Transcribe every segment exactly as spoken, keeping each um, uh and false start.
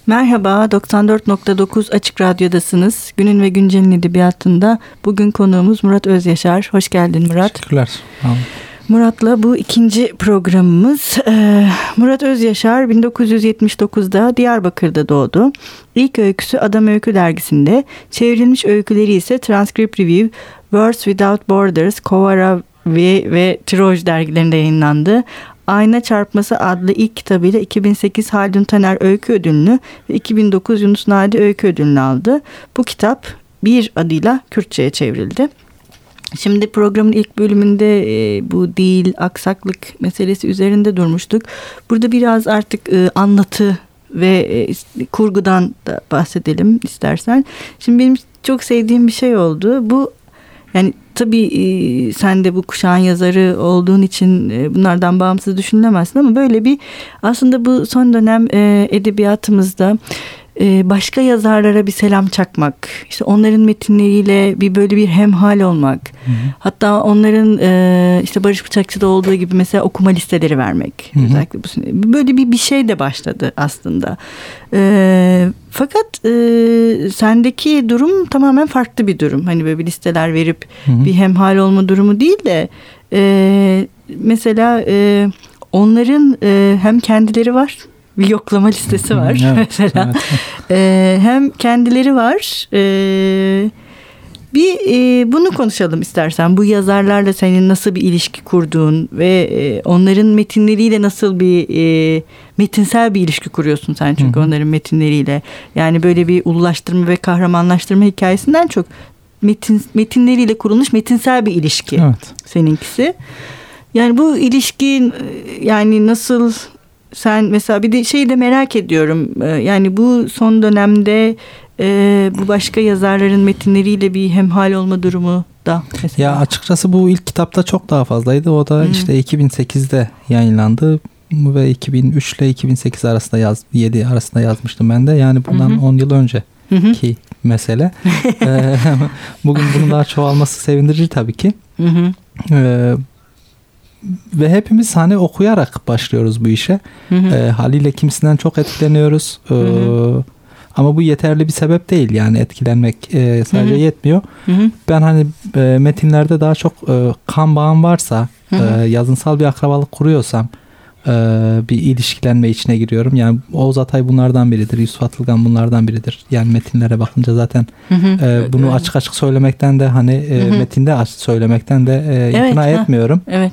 Merhaba, doksan dört nokta dokuz Açık Radyo'dasınız. Günün ve Güncel'in edebiyatında bugün konuğumuz Murat Özyaşar. Hoş geldin Murat. Teşekkürler. Tamam. Murat'la bu ikinci programımız. Ee, Murat Özyaşar bin dokuz yüz yetmiş dokuzda Diyarbakır'da doğdu. İlk öyküsü Adam Öykü dergisinde, çevrilmiş öyküleri ise Transcript Review, Words Without Borders, Kovara ve, ve Tiroj dergilerinde yayınlandı. Ayna Çarpması adlı ilk kitabıyla iki bin sekiz Haldun Taner Öykü Ödülünü ve iki bin dokuz Yunus Nadi Öykü Ödülünü aldı. Bu kitap Bir adıyla Kürtçe'ye çevrildi. Şimdi programın ilk bölümünde e, bu dil, aksaklık meselesi üzerinde durmuştuk. Burada biraz artık e, anlatı ve e, kurgudan da bahsedelim istersen. Şimdi benim çok sevdiğim bir şey oldu. Bu yani tabii e, sen de bu kuşağın yazarı olduğun için e, bunlardan bağımsız düşünülemezsin ama böyle bir aslında bu son dönem e, edebiyatımızda e, başka yazarlara bir selam çakmak, işte onların metinleriyle bir böyle bir hemhal olmak, hı hı. hatta onların e, işte Barış Bıçakçı'da olduğu gibi mesela okuma listeleri vermek, hı hı. özellikle bu böyle bir bir şey de başladı aslında. E, fakat e, sendeki durum tamamen farklı bir durum. Hani böyle bir listeler verip hı hı. bir hemhal olma durumu değil de e, mesela e, onların e, hem kendileri var. Bir yoklama listesi var evet, mesela. Evet. Ee, hem kendileri var. Ee, bir e, bunu konuşalım istersen. Bu yazarlarla senin nasıl bir ilişki kurduğun ve e, onların metinleriyle nasıl bir e, metinsel bir ilişki kuruyorsun sen çünkü Hı-hı. onların metinleriyle. Yani böyle bir ululaştırma ve kahramanlaştırma hikayesinden çok metin metinleriyle kurulmuş metinsel bir ilişki. Evet. Seninkisi. Yani bu ilişki yani nasıl? Sen mesela bir de şeyi de merak ediyorum. Yani bu son dönemde e, bu başka yazarların metinleriyle bir hemhal olma durumu da mesela. Ya açıkçası bu ilk kitapta çok daha fazlaydı. O da hmm. işte iki bin sekizde yayınlandı ve iki bin üç ile iki bin sekiz arasında yaz, yedi arasında yazmıştım ben de. Yani bundan hmm. on yıl önceki hmm. mesele. Bugün bunun daha çoğalması sevindirici tabii ki. Hmm. Ee, Ve hepimiz hani okuyarak başlıyoruz bu işe. Hı hı. E, haliyle kimisinden çok etkileniyoruz. E, hı hı. Ama bu yeterli bir sebep değil. Yani etkilenmek e, sadece hı hı. yetmiyor. Hı hı. Ben hani e, metinlerde daha çok e, kan bağım varsa, hı hı. E, yazınsal bir akrabalık kuruyorsam e, bir ilişkilenme içine giriyorum. Yani Oğuz Atay bunlardan biridir. Yusuf Atılgan bunlardan biridir. Yani metinlere bakınca zaten hı hı. E, bunu açık açık söylemekten de hani e, hı hı. metinde açık söylemekten de e, evet, ikna ha. etmiyorum. Evet.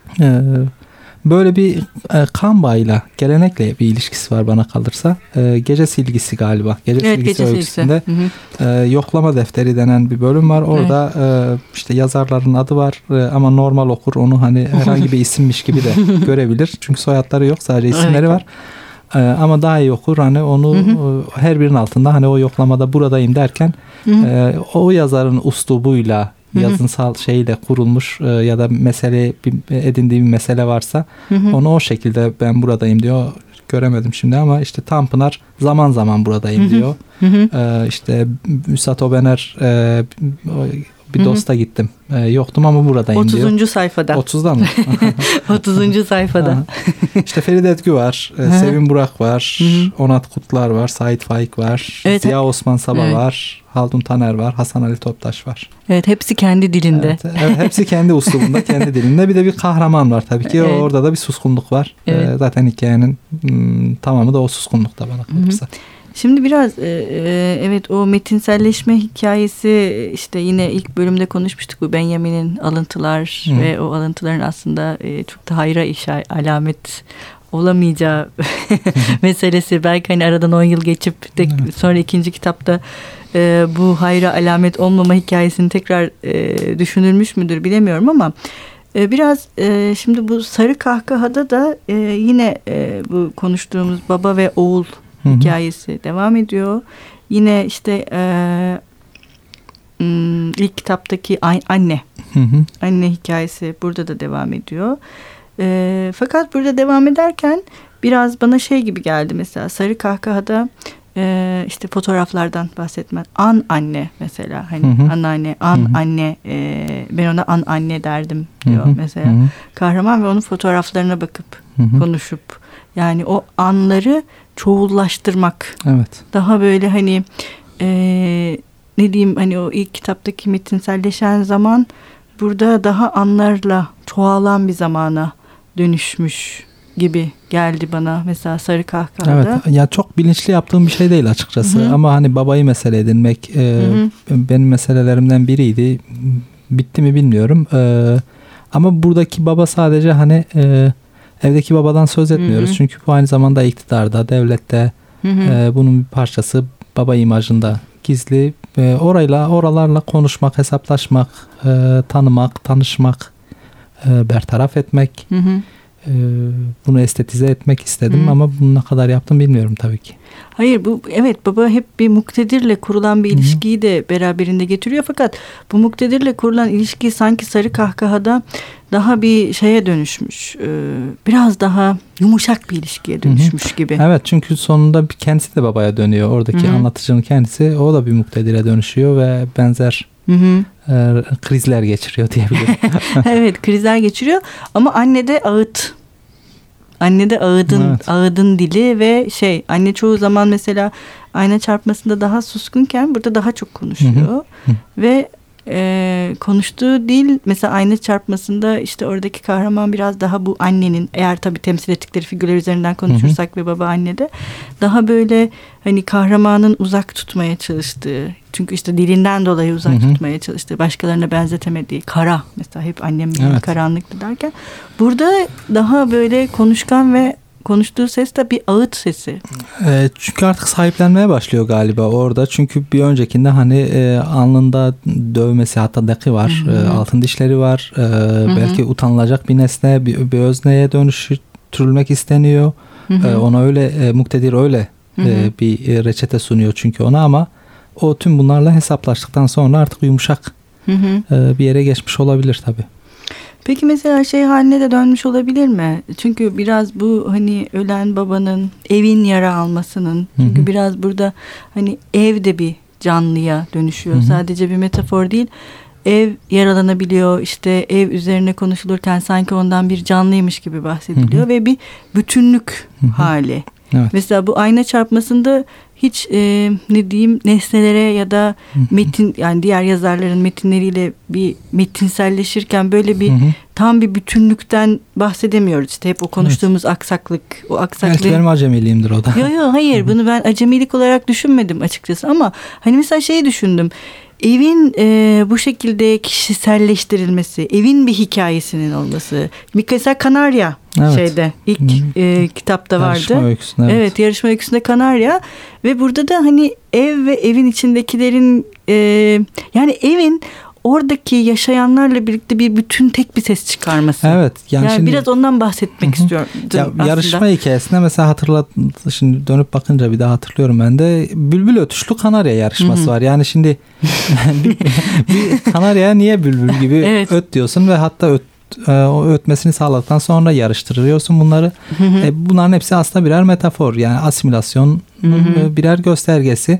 Böyle bir kan bağıyla, gelenekle bir ilişkisi var bana kalırsa. Gece Silgisi galiba. Gece evet, Silgisi öyküsünde yoklama defteri denen bir bölüm var. Orada evet. işte yazarların adı var ama normal okur onu hani herhangi bir isimmiş gibi de görebilir. Çünkü soyadları yok, sadece isimleri evet. var. Ama daha iyi okur hani onu hı hı. her birinin altında hani o yoklamada buradayım derken hı hı. o yazarın uslubuyla yazınsal şeyle kurulmuş ya da mesele edindiği bir mesele varsa hı hı. onu o şekilde ben buradayım diyor. Göremedim şimdi ama işte Tanpınar zaman zaman buradayım hı hı. diyor. Hı hı. Ee, işte Üstad Obener e, bir dosta gittim. Ee, yoktum ama buradayım otuzuncu diyor. otuzuncu sayfada. otuzda mı? otuzuncu sayfada. İşte Feride Edgü var. E, Sevim Burak var. Hı-hı. Onat Kutlar var. Sait Faik var. Evet, Ziya Osman Sabah evet. var. Haldun Taner var. Hasan Ali Toptaş var. Evet, hepsi kendi dilinde. Evet, evet, hepsi kendi uslubunda, kendi dilinde. Bir de bir kahraman var tabii ki. Evet. Orada da bir suskunluk var. Evet. E, zaten hikayenin m, tamamı da o suskunlukta bana kalırsa. Hı-hı. Şimdi biraz e, evet o metinselleşme hikayesi işte yine ilk bölümde konuşmuştuk bu Benjamin'in alıntılar Hı. ve o alıntıların aslında e, çok da hayra işa alamet olamayacağı meselesi. Belki hani aradan on yıl geçip de evet. sonra ikinci kitapta e, bu hayra alamet olmama hikayesini tekrar e, düşünülmüş müdür bilemiyorum ama e, biraz e, şimdi bu Sarı Kahkaha'da da e, yine e, bu konuştuğumuz baba ve oğul Hı hı. hikayesi devam ediyor. Yine işte e, ilk kitaptaki anne hı hı. anne hikayesi burada da devam ediyor. E, fakat burada devam ederken biraz bana şey gibi geldi mesela Sarı Kahkaha'da e, işte fotoğraflardan bahsetmez. An anne mesela hani hı hı. anneanne, an hı hı. anne e, ben ona an anne derdim diyor hı hı. mesela. Hı hı. Kahraman ve onun fotoğraflarına bakıp hı hı. konuşup Yani o anları çoğullaştırmak. Evet. Daha böyle hani e, ne diyeyim, hani o ilk kitaptaki metinselleşen zaman burada daha anlarla çoğalan bir zamana dönüşmüş gibi geldi bana mesela Sarı Kahkaha'da. Evet ya, çok bilinçli yaptığım bir şey değil açıkçası. Hı-hı. Ama hani babayı mesele edinmek e, benim meselelerimden biriydi. Bitti mi bilmiyorum. E, ama buradaki baba sadece hani e, evdeki babadan söz etmiyoruz. Hı-hı. Çünkü bu aynı zamanda iktidarda, devlette e, bunun bir parçası, baba imajında gizli. E, orayla oralarla konuşmak, hesaplaşmak, e, tanımak, tanışmak, e, bertaraf etmek. Hı hı. Bunu estetize etmek istedim. Hı. Ama bunu ne kadar yaptım bilmiyorum tabii ki. Hayır, bu evet, baba hep bir muktedirle kurulan bir ilişkiyi Hı. de beraberinde getiriyor, fakat bu muktedirle kurulan ilişki sanki Sarı Kahkaha'da daha bir şeye dönüşmüş. Biraz daha yumuşak bir ilişkiye dönüşmüş Hı. gibi. Evet, çünkü sonunda kendisi de babaya dönüyor. Oradaki Hı. anlatıcının kendisi, o da bir muktedire dönüşüyor ve benzer Hı hı. E, krizler geçiriyor diyebilirim. Evet, krizler geçiriyor ama anne de ağıt. Anne de ağıdın, evet. ağıdın dili ve şey, anne çoğu zaman mesela ayna çarpmasında daha suskunken burada daha çok konuşuyor. Hı hı. Ve e, konuştuğu dil mesela ayna çarpmasında işte oradaki kahraman biraz daha bu annenin, eğer tabii temsil ettikleri figürler üzerinden konuşursak hı hı. ve baba anne de daha böyle hani kahramanın uzak tutmaya çalıştığı, çünkü işte dilinden dolayı uzak hı hı. tutmaya çalıştığı, başkalarına benzetemediği, kara mesela, hep annem benim evet. karanlıktı derken burada daha böyle konuşkan ve konuştuğu ses de bir ağıt sesi. E, çünkü artık sahiplenmeye başlıyor galiba orada. Çünkü bir öncekinde hani e, alnında dövmesi, hatta daki var. E, altın dişleri var. E, belki utanılacak bir nesne, bir, bir özneye dönüştürülmek isteniyor. E, ona öyle e, muktedir öyle e, bir e, reçete sunuyor çünkü ona, ama o tüm bunlarla hesaplaştıktan sonra artık yumuşak hı hı. E, bir yere geçmiş olabilir tabii. Peki mesela şey haline de dönmüş olabilir mi? Çünkü biraz bu hani ölen babanın evin yara almasının, çünkü hı hı. biraz burada hani ev de bir canlıya dönüşüyor. Hı hı. Sadece bir metafor değil. Ev yaralanabiliyor, işte ev üzerine konuşulurken sanki ondan bir canlıymış gibi bahsediliyor hı hı. ve bir bütünlük hı hı. hali. Evet. Mesela bu ayna çarpmasında hiç e, ne diyeyim, nesnelere ya da metin, yani diğer yazarların metinleriyle bir metinselleşirken böyle bir hı hı. tam bir bütünlükten bahsedemiyoruz. İşte hep o konuştuğumuz evet. aksaklık, o aksaklık. Evet, benim acemiliğimdir o da. Yok yok, hayır, bunu ben acemilik olarak düşünmedim açıkçası, ama hani mesela şeyi düşündüm. Evin e, bu şekilde kişiselleştirilmesi, evin bir hikayesinin olması. Mesela Kanarya evet. şeyde ilk e, kitapta vardı. Yarışma öyküsünde. Evet. evet, yarışma öyküsünde Kanarya ve burada da hani ev ve evin içindekilerin e, yani evin oradaki yaşayanlarla birlikte bir bütün tek bir ses çıkarması. Evet. Yani, yani şimdi, biraz ondan bahsetmek hı-hı. istiyorum. Ya, yarışma hikayesinde mesela hatırlat, şimdi dönüp bakınca bir daha hatırlıyorum ben de, bülbül ötüşlü kanarya yarışması hı-hı. var. Yani şimdi bir, bir kanaryaya niye bülbül gibi evet. öt diyorsun ve hatta öt, o ötmesini sağladıktan sonra yarıştırıyorsun bunları. E, bunların hepsi aslında birer metafor. Yani asimilasyon hı-hı. birer göstergesi.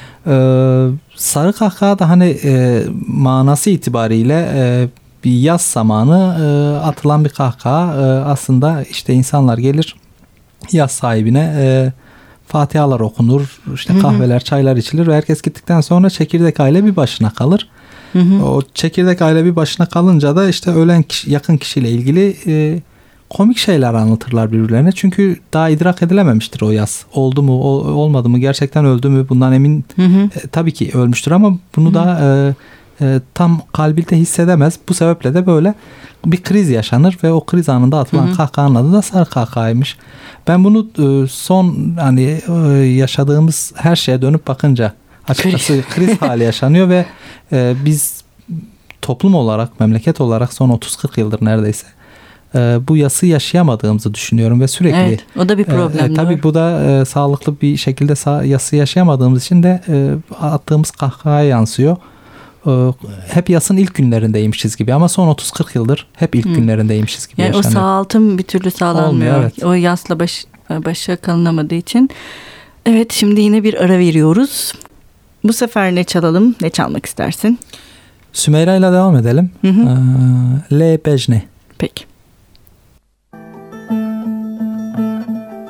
Ee, Sarı Kahkaha da hani e, manası itibariyle e, bir yaz zamanı e, atılan bir kahkaha. E, aslında işte insanlar gelir, yaz sahibine e, fatihalar okunur, işte kahveler, çaylar içilir ve herkes gittikten sonra çekirdek aile bir başına kalır. Hı hı. O çekirdek aile bir başına kalınca da işte ölen kişi, yakın kişiyle ilgili e, komik şeyler anlatırlar birbirlerine. Çünkü daha idrak edilememiştir o yaz. Oldu mu, ol, olmadı mı, gerçekten öldü mü? Bundan emin hı hı. E, tabii ki ölmüştür ama bunu hı hı. da e, e, tam kalbinde hissedemez. Bu sebeple de böyle bir kriz yaşanır ve o kriz anında atılan hı hı. kahkahanın adı da Sarı Kahkaha'ymış. Ben bunu e, son hani e, yaşadığımız her şeye dönüp bakınca açıkçası kriz hali yaşanıyor ve e, biz toplum olarak, memleket olarak son otuz kırk yıldır neredeyse e, bu yası yaşayamadığımızı düşünüyorum ve sürekli evet, o da bir problem. E, tabii bu da e, sağlıklı bir şekilde sa- yası yaşayamadığımız için de e, attığımız kahkahaya yansıyor. E, hep yasın ilk günlerindeymişiz gibi ama son otuz kırk yıldır hep ilk hmm. günlerindeymişiz gibi yani yaşanıyor. O sağaltım bir türlü sağlanmıyor. Olmuyor, evet. O yasla baş, başa kalınamadığı için. Evet, şimdi yine bir ara veriyoruz. Bu sefer ne çalalım? Ne çalmak istersin? Sümeyra ile devam edelim. Hı hı. Ee, Le Bejne. Peki.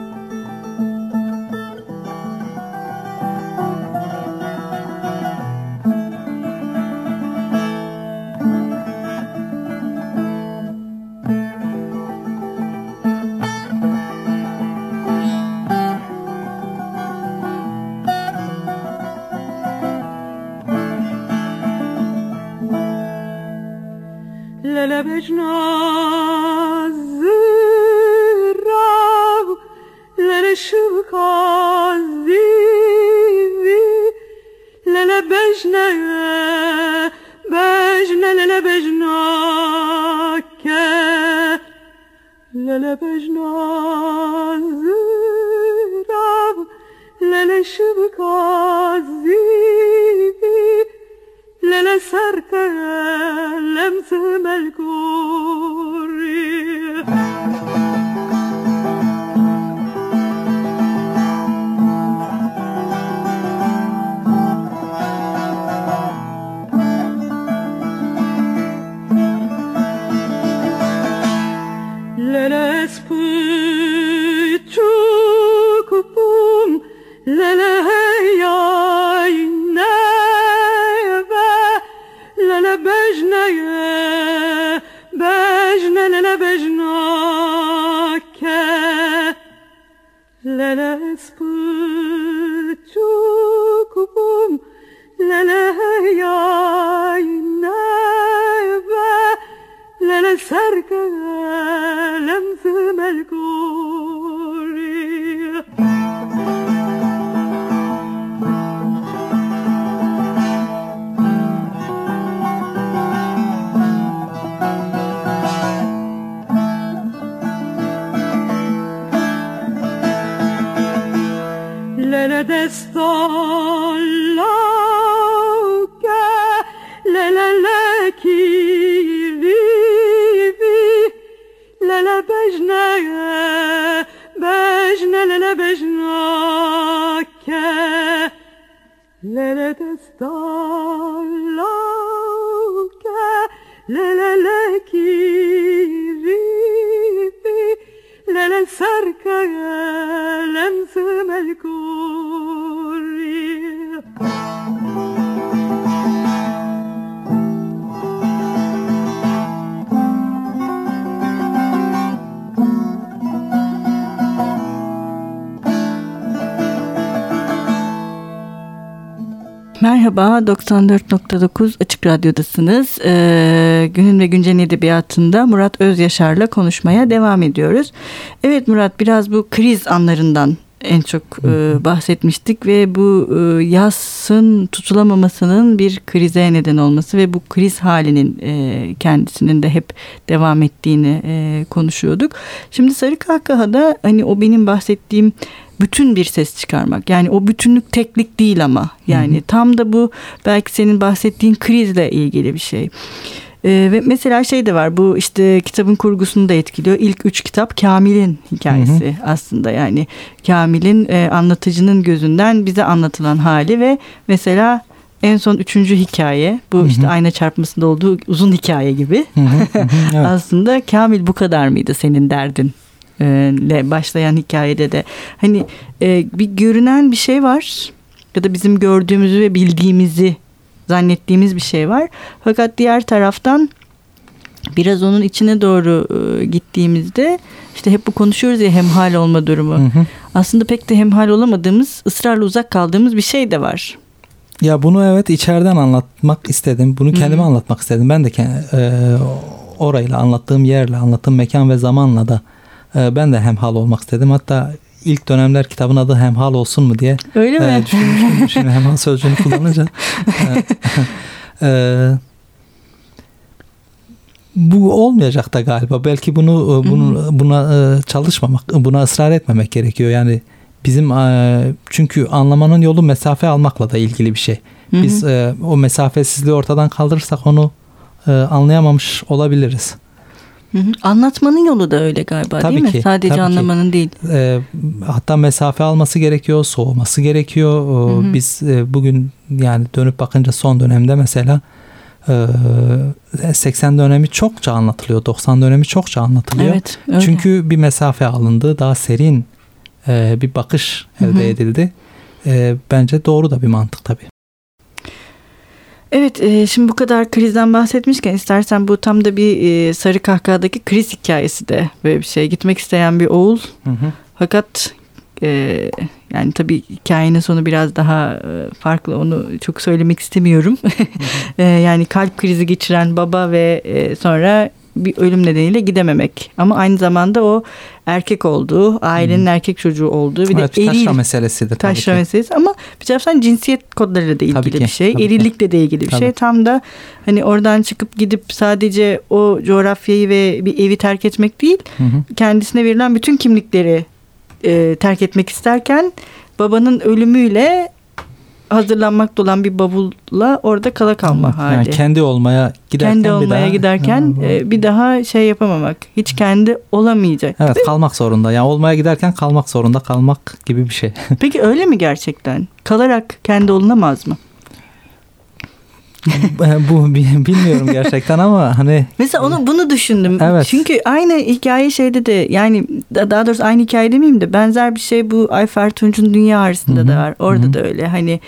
lele bejna zirav lele shivka zivi lele bejna bejna lele bejna ke lele bejna zirav lele shivka zivi lele sarka lems melkuri lele spuchukupum lele heyay neve lele bejneye bejne lele bejnake lele spuchukupum lele heyay neve lele sarka lems melkuri lele destallauke lele lekirivi lele bejneye bejne lele bejnake lele destallauke lele lekirivi lele sarka lems melkuri Merhaba, doksan dört nokta dokuz Açık Radyo'dasınız. Ee, Günün ve Güncel'in edebiyatında Murat Özyaşar'la konuşmaya devam ediyoruz. Evet Murat, biraz bu kriz anlarından en çok e, bahsetmiştik ve bu e, yazın tutulamamasının bir krize neden olması ve bu kriz halinin e, kendisinin de hep devam ettiğini e, konuşuyorduk. Şimdi Sarı Kahkaha'da hani o benim bahsettiğim bütün bir ses çıkarmak. Yani o bütünlük teklik değil ama. Yani hı hı. Tam da bu belki senin bahsettiğin krizle ilgili bir şey. Ee, ve mesela şey de var, bu işte kitabın kurgusunu da etkiliyor. İlk üç kitap Kamil'in hikayesi, hı hı. aslında yani Kamil'in e, anlatıcının gözünden bize anlatılan hali ve mesela en son üçüncü hikaye bu, hı hı. işte ayna çarpmasında olduğu uzun hikaye gibi. Hı hı hı, evet. Aslında Kamil bu kadar mıydı senin derdin? ile başlayan hikayede de hani e, bir görünen bir şey var ya da bizim gördüğümüzü ve bildiğimizi zannettiğimiz bir şey var. Fakat diğer taraftan biraz onun içine doğru e, gittiğimizde işte hep bu konuşuyoruz ya, hemhal olma durumu. Hı hı. Aslında pek de hemhal olamadığımız, ısrarla uzak kaldığımız bir şey de var. Ya bunu evet içeriden anlatmak istedim. Bunu kendime hı hı. anlatmak istedim. Ben de e, orayla, anlattığım yerle, anlattığım mekan ve zamanla da ben de hemhal olmak istedim. Hatta ilk dönemler kitabın adı hemhal olsun mu diye. Öyle mi? Düşünmüştüm. Şimdi hemhal sözcüğünü kullanınca. e, bu olmayacak da galiba. Belki bunu, bunu buna çalışmamak, buna ısrar etmemek gerekiyor. Yani bizim çünkü anlamanın yolu mesafe almakla da ilgili bir şey. Biz o mesafesizliği ortadan kaldırırsak onu anlayamamış olabiliriz. Hı hı. Anlatmanın yolu da öyle galiba, tabii değil mi? Ki, sadece anlamanın ki. değil. E, hatta mesafe alması gerekiyor, soğuması gerekiyor. Hı hı. Biz e, bugün yani dönüp bakınca son dönemde mesela e, seksen dönemi çokça anlatılıyor, doksan dönemi çokça anlatılıyor. Evet, öyle. Çünkü bir mesafe alındı, daha serin e, bir bakış elde hı hı. edildi. E, bence doğru da bir mantık tabii. Evet, e, şimdi bu kadar krizden bahsetmişken istersen bu tam da bir e, Sarı Kahkaha'daki kriz hikayesi de böyle bir şey. Gitmek isteyen bir oğul, hı hı. fakat e, yani tabii hikayenin sonu biraz daha e, farklı, onu çok söylemek istemiyorum. e, yani kalp krizi geçiren baba ve e, sonra bir ölüm nedeniyle gidememek. Ama aynı zamanda o erkek olduğu, ailenin hmm. erkek çocuğu olduğu bir evet, de eril. Taşra meselesi de tabii Taşra ki. meselesi ama bir taraftan cinsiyet kodlarıyla da ilgili Tabii ki, bir şey. tabii Erillikle ki. de ilgili bir tabii. şey. Tam da hani oradan çıkıp gidip sadece o coğrafyayı ve bir evi terk etmek değil, hı hı. kendisine verilen bütün kimlikleri e, terk etmek isterken babanın ölümüyle hazırlanmakta olan bir bavulla orada kala kalma hali. Yani kendi olmaya giderken kendi olmaya bir giderken daha, e, bir daha şey yapamamak. Hiç kendi olamayacak. Evet, kalmak zorunda. Yani olmaya giderken kalmak zorunda kalmak gibi bir şey. Peki öyle mi gerçekten? Kalarak kendi olunamaz mı? Bu bilmiyorum gerçekten ama hani mesela onu bunu düşündüm. Evet. Çünkü aynı hikaye şeyde de yani daha doğrusu aynı hikaye demeyeyim de benzer bir şey bu Ayfer Tunç'un Dünya Arasında Hı-hı. da var. Orada Hı-hı. da öyle. Hani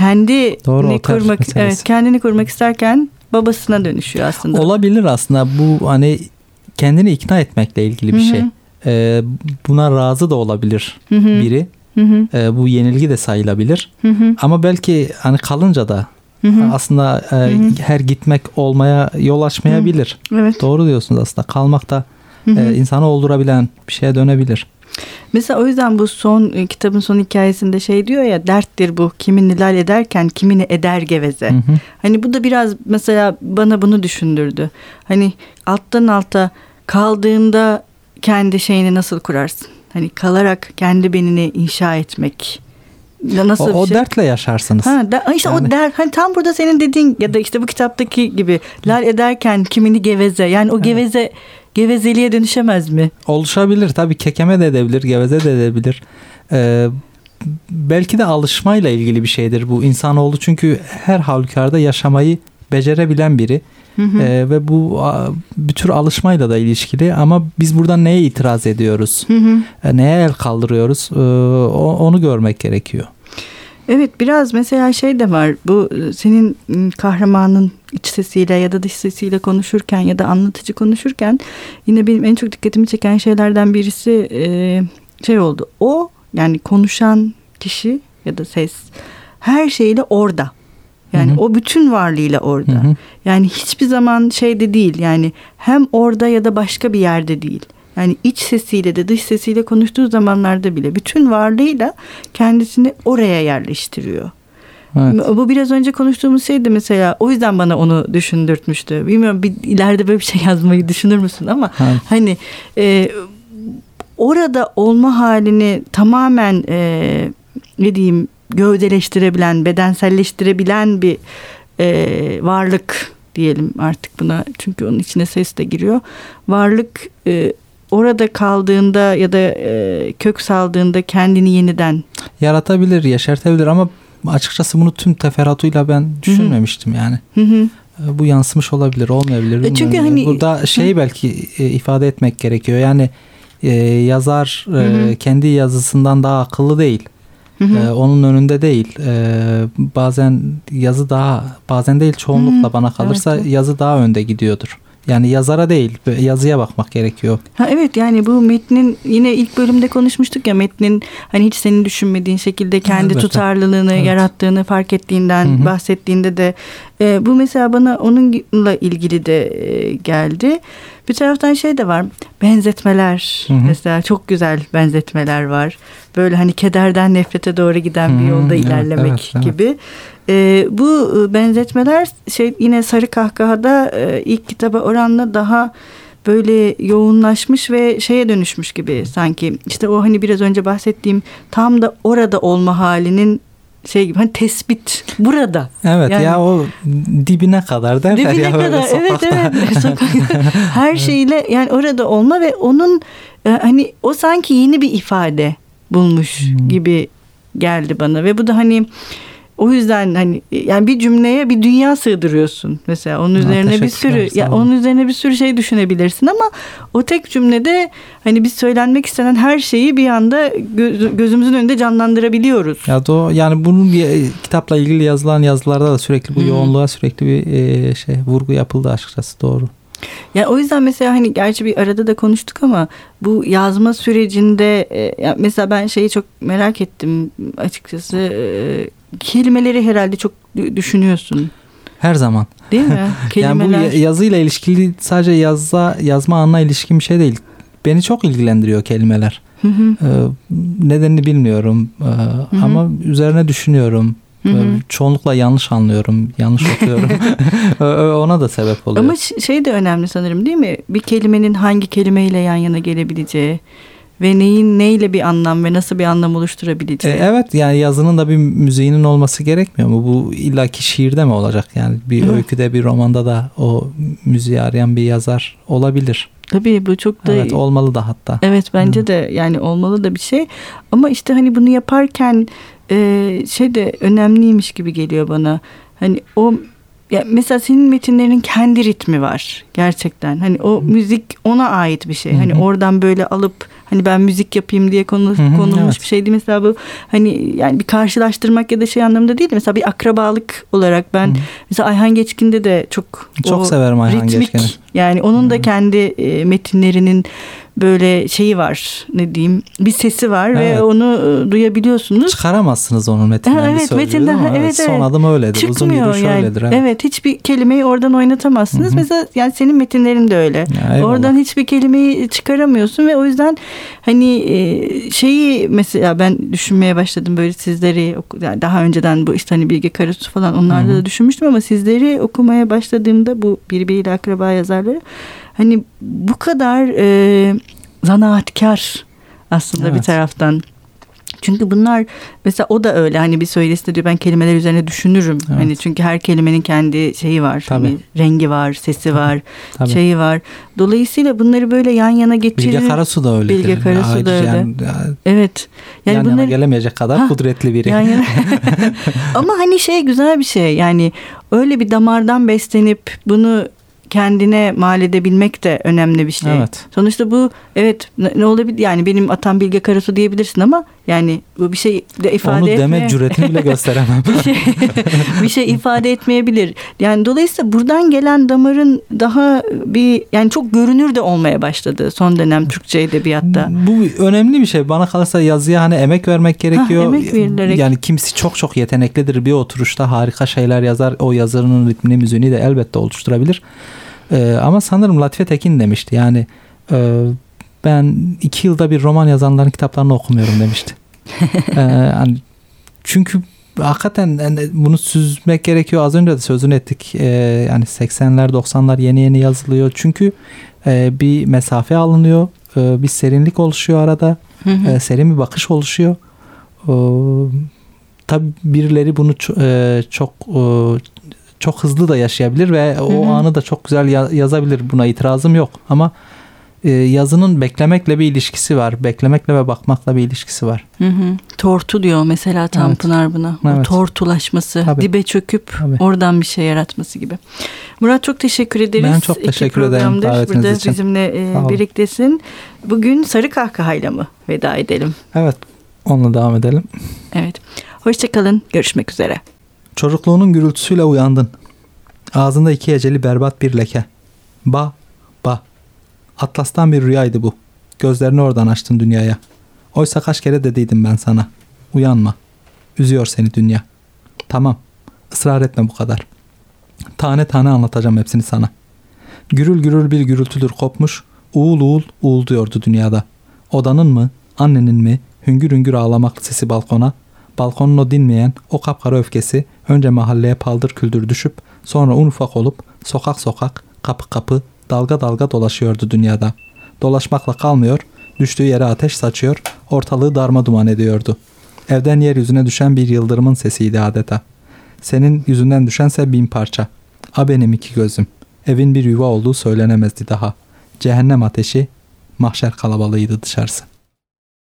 kendini kurmak evet kendini kurmak isterken babasına dönüşüyor aslında. Olabilir aslında bu hani kendini ikna etmekle ilgili bir Hı-hı. şey. Ee, buna razı da olabilir Hı-hı. biri. Ee, bu yenilgi de sayılabilir. Hı-hı. Ama belki hani kalınca da Hı hı. aslında e, hı hı. her gitmek olmaya yol açmayabilir. Hı. Evet. Doğru diyorsunuz aslında. Kalmak da e, insanı oldurabilen bir şeye dönebilir. Mesela o yüzden bu son kitabın son hikayesinde şey diyor ya, derttir bu kimini lal ederken kimini eder geveze. Hı hı. Hani bu da biraz mesela bana bunu düşündürdü. Hani alttan alta kaldığında kendi şeyini nasıl kurarsın? Hani kalarak kendi benini inşa etmek. Nasıl o, o şey? dertle yaşarsınız. Ha, da, işte yani. O dert hani tam burada senin dediğin ya da işte bu kitaptaki gibi lal ederken kimini geveze. Yani o geveze evet. gevezeliğe dönüşemez mi? Oluşabilir tabii, kekeme de edebilir, geveze de edebilir. Ee, belki de alışmayla ilgili bir şeydir bu insanoğlu, çünkü her halükarda yaşamayı becerebilen biri. Hı hı. Ee, ve bu bir tür alışmayla da ilişkili, ama biz buradan neye itiraz ediyoruz? Hı hı. E, neye el kaldırıyoruz? E, onu görmek gerekiyor. Evet, biraz mesela şey de var, bu senin kahramanın iç sesiyle ya da dış sesiyle konuşurken ya da anlatıcı konuşurken yine benim en çok dikkatimi çeken şeylerden birisi e, şey oldu. O yani konuşan kişi ya da ses her şeyle orada. Yani hı hı. o bütün varlığıyla orada. Hı hı. Yani hiçbir zaman şeyde değil. Yani hem orada ya da başka bir yerde değil. Yani iç sesiyle de dış sesiyle konuştuğu zamanlarda bile bütün varlığıyla kendisini oraya yerleştiriyor. Evet. Bu biraz önce konuştuğumuz şeydi mesela. O yüzden bana onu düşündürtmüştü. Bilmiyorum, bir ileride böyle bir şey yazmayı düşünür müsün ama evet. hani e, orada olma halini tamamen e, ne diyeyim gövdeleştirebilen, bedenselleştirebilen bir e, varlık diyelim artık buna. Çünkü onun içine ses de giriyor. Varlık e, orada kaldığında ya da e, kök saldığında kendini yeniden yaratabilir, yeşertebilir, ama açıkçası bunu tüm teferruatıyla ben düşünmemiştim. Hı-hı. yani. Hı-hı. Bu yansımış olabilir, olmayabilir. E çünkü hani burada şeyi belki e, ifade etmek gerekiyor. Yani e, yazar e, kendi yazısından daha akıllı değil. Hı hı. Ee, onun önünde değil. Ee, bazen yazı daha, bazen değil çoğunlukla hı, bana kalırsa evet. yazı daha önde gidiyordur. Yani yazara değil, yazıya bakmak gerekiyor. Ha evet, yani bu metnin yine ilk bölümde konuşmuştuk ya, metnin hani hiç senin düşünmediğin şekilde kendi evet, tutarlılığını evet. yarattığını fark ettiğinden hı hı. bahsettiğinde de e, bu mesela bana onunla ilgili de e, geldi. Bir taraftan şey de var, benzetmeler hı hı. mesela çok güzel benzetmeler var. Böyle hani kederden nefrete doğru giden hı, bir yolda evet, ilerlemek evet, gibi. Evet. Ee, bu benzetmeler şey yine Sarı Kahkaha'da e, ilk kitaba oranla daha böyle yoğunlaşmış ve şeye dönüşmüş gibi sanki. İşte o hani biraz önce bahsettiğim tam da orada olma halinin şey gibi, hani tespit burada. Evet yani, ya o dibine kadar derler dibine ya kadar, böyle sokakta. Evet evet sokakta her şeyle yani orada olma ve onun e, hani o sanki yeni bir ifade bulmuş hmm. gibi geldi bana ve bu da hani o yüzden hani yani bir cümleye bir dünya sığdırıyorsun mesela, onun üzerine ha, bir sürü ya onun üzerine bir sürü şey düşünebilirsin ama o tek cümlede hani biz söylenmek istenen her şeyi bir anda göz, gözümüzün önünde canlandırabiliyoruz. Ya doğru, yani bunun kitapla ilgili yazılan yazılarda da sürekli bu hmm. yoğunluğa sürekli bir e, şey vurgu yapıldı açıkçası, doğru. Yani o yüzden mesela hani gerçi bir arada da konuştuk ama bu yazma sürecinde e, mesela ben şeyi çok merak ettim açıkçası, e, kelimeleri herhalde çok düşünüyorsun. Her zaman. Değil mi? Kelimeler. Yani bu yazıyla ilişkili, sadece yazza, yazma anla ilişkin bir şey değil. Beni çok ilgilendiriyor kelimeler. Hı hı. Ee, nedenini bilmiyorum. Ee, hı hı. Ama üzerine düşünüyorum. Hı hı. Çoğunlukla yanlış anlıyorum, yanlış okuyorum. Ona da sebep oluyor. Ama şey de önemli sanırım, değil mi? Bir kelimenin hangi kelimeyle yan yana gelebileceği ve neyin neyle bir anlam ve nasıl bir anlam oluşturabileceği. E, evet, yani yazının da bir müziğinin olması gerekmiyor mu? Bu illaki şiirde mi olacak? Yani bir Hı. öyküde, bir romanda da o müziği arayan bir yazar olabilir. Tabii bu çok da... Evet, olmalı da hatta. Evet, bence Hı. de yani olmalı da bir şey. Ama işte hani bunu yaparken e, şey de önemliymiş gibi geliyor bana. Hani o... Ya mesela senin metinlerinin kendi ritmi var gerçekten. Hani o müzik ona ait bir şey. Hı hı. Hani oradan böyle alıp hani ben müzik yapayım diye konu, hı hı, konulmuş evet. bir şey değil. Mesela bu hani yani bir karşılaştırmak ya da şey anlamında değil. Mesela bir akrabalık olarak ben hı. mesela Ayhan Geçkin'de de çok çok severim Ayhan ritmik, Geçkin'i. Yani onun da kendi e, metinlerinin böyle şeyi var, ne diyeyim, bir sesi var evet. ve onu e, duyabiliyorsunuz. Çıkaramazsınız onun metinden ha, bir evet, metinden, ama evet, evet. son adım öyledir. Çıkmıyor uzun yürüyüş yani. öyledir. Evet. evet, hiçbir kelimeyi oradan oynatamazsınız. Hı-hı. Mesela yani senin metinlerin de öyle. Ya, oradan hiçbir kelimeyi çıkaramıyorsun ve o yüzden hani e, şeyi mesela ben düşünmeye başladım böyle sizleri yani daha önceden bu işte hani Bilge Karasu falan onlarda Hı-hı. da düşünmüştüm ama sizleri okumaya başladığımda bu birbiriyle akraba yazarları hani bu kadar e, zanaatkar aslında evet. bir taraftan. Çünkü bunlar mesela o da öyle hani bir söylesinde diyor ben kelimeler üzerine düşünürüm. Evet. Hani çünkü her kelimenin kendi şeyi var. Hani rengi var, sesi var, Tabii. şeyi var. Dolayısıyla bunları böyle yan yana getirir. Bilge Karasu da öyledir. Bilge Karasu ya, da öyle. Yani, evet. Yani yan bunları, yana gelemeyecek kadar ha, kudretli biri. Yan yana. Ama hani şey güzel bir şey. Yani öyle bir damardan beslenip bunu kendine mal edebilmek de önemli bir şey. Evet. Sonuçta bu evet ne olabilir yani benim atam Bilge Karasu diyebilirsin ama yani bu bir şey de ifade Onu etmeye... Onu deme cüretini bile gösteremem. bir, şey, bir şey ifade etmeyebilir. Yani dolayısıyla buradan gelen damarın daha bir yani çok görünür de olmaya başladı son dönem Türkçe edebiyatta. Bu önemli bir şey. Bana kalırsa yazıya hani emek vermek gerekiyor. Ha, emek verilerek. Yani kimisi çok çok yeteneklidir. Bir oturuşta harika şeyler yazar. O yazarının ritmini, müziğini de elbette oluşturabilir. Ee, ama sanırım Latife Tekin demişti. Yani e, ben iki yılda bir roman yazanların kitaplarını okumuyorum demişti. ee, yani çünkü hakikaten yani bunu süzmek gerekiyor. Az önce de sözünü ettik. Ee, yani seksenler doksanlar yeni yeni yazılıyor. Çünkü e, bir mesafe alınıyor. E, bir serinlik oluşuyor arada. Hı hı. E, serin bir bakış oluşuyor. E, tabii birileri bunu ç- e, çok e, çok hızlı da yaşayabilir ve Hı-hı. o anı da çok güzel ya- yazabilir. Buna itirazım yok. Ama e, yazının beklemekle bir ilişkisi var. Beklemekle ve bakmakla bir ilişkisi var. Hı-hı. Tortu diyor mesela Tanpınar evet. buna. Evet. O tortulaşması, Tabii. dibe çöküp Tabii. oradan bir şey yaratması gibi. Murat çok teşekkür ederiz. Ben çok teşekkür İki ederim davetiniz Burada için. bizimle e, birliktesin. Bugün Sarı Kahkahayla mı veda edelim? Evet. Onunla devam edelim. Evet. Hoşçakalın. Görüşmek üzere. Çocukluğunun gürültüsüyle uyandın. Ağzında iki eceli berbat bir leke. Ba, ba. Atlas'tan bir rüyaydı bu. Gözlerini oradan açtın dünyaya. Oysa kaç kere dediydim ben sana. Uyanma. Üzüyor seni dünya. Tamam. Israr etme bu kadar. Tane tane anlatacağım hepsini sana. Gürül gürül bir gürültüdür kopmuş. Uğul uğul uğul diyordu dünyada. Odanın mı, annenin mi, hüngür hüngür ağlamaklı sesi balkona. Balkonun o dinmeyen, o kapkara öfkesi önce mahalleye paldır küldür düşüp sonra un ufak olup sokak sokak, kapı kapı, dalga dalga dolaşıyordu dünyada. Dolaşmakla kalmıyor, düştüğü yere ateş saçıyor, ortalığı darma duman ediyordu. Evden yeryüzüne düşen bir yıldırımın sesiydi adeta. Senin yüzünden düşense bin parça. A benim iki gözüm. Evin bir yuva olduğu söylenemezdi daha. Cehennem ateşi, mahşer kalabalığıydı dışarısı.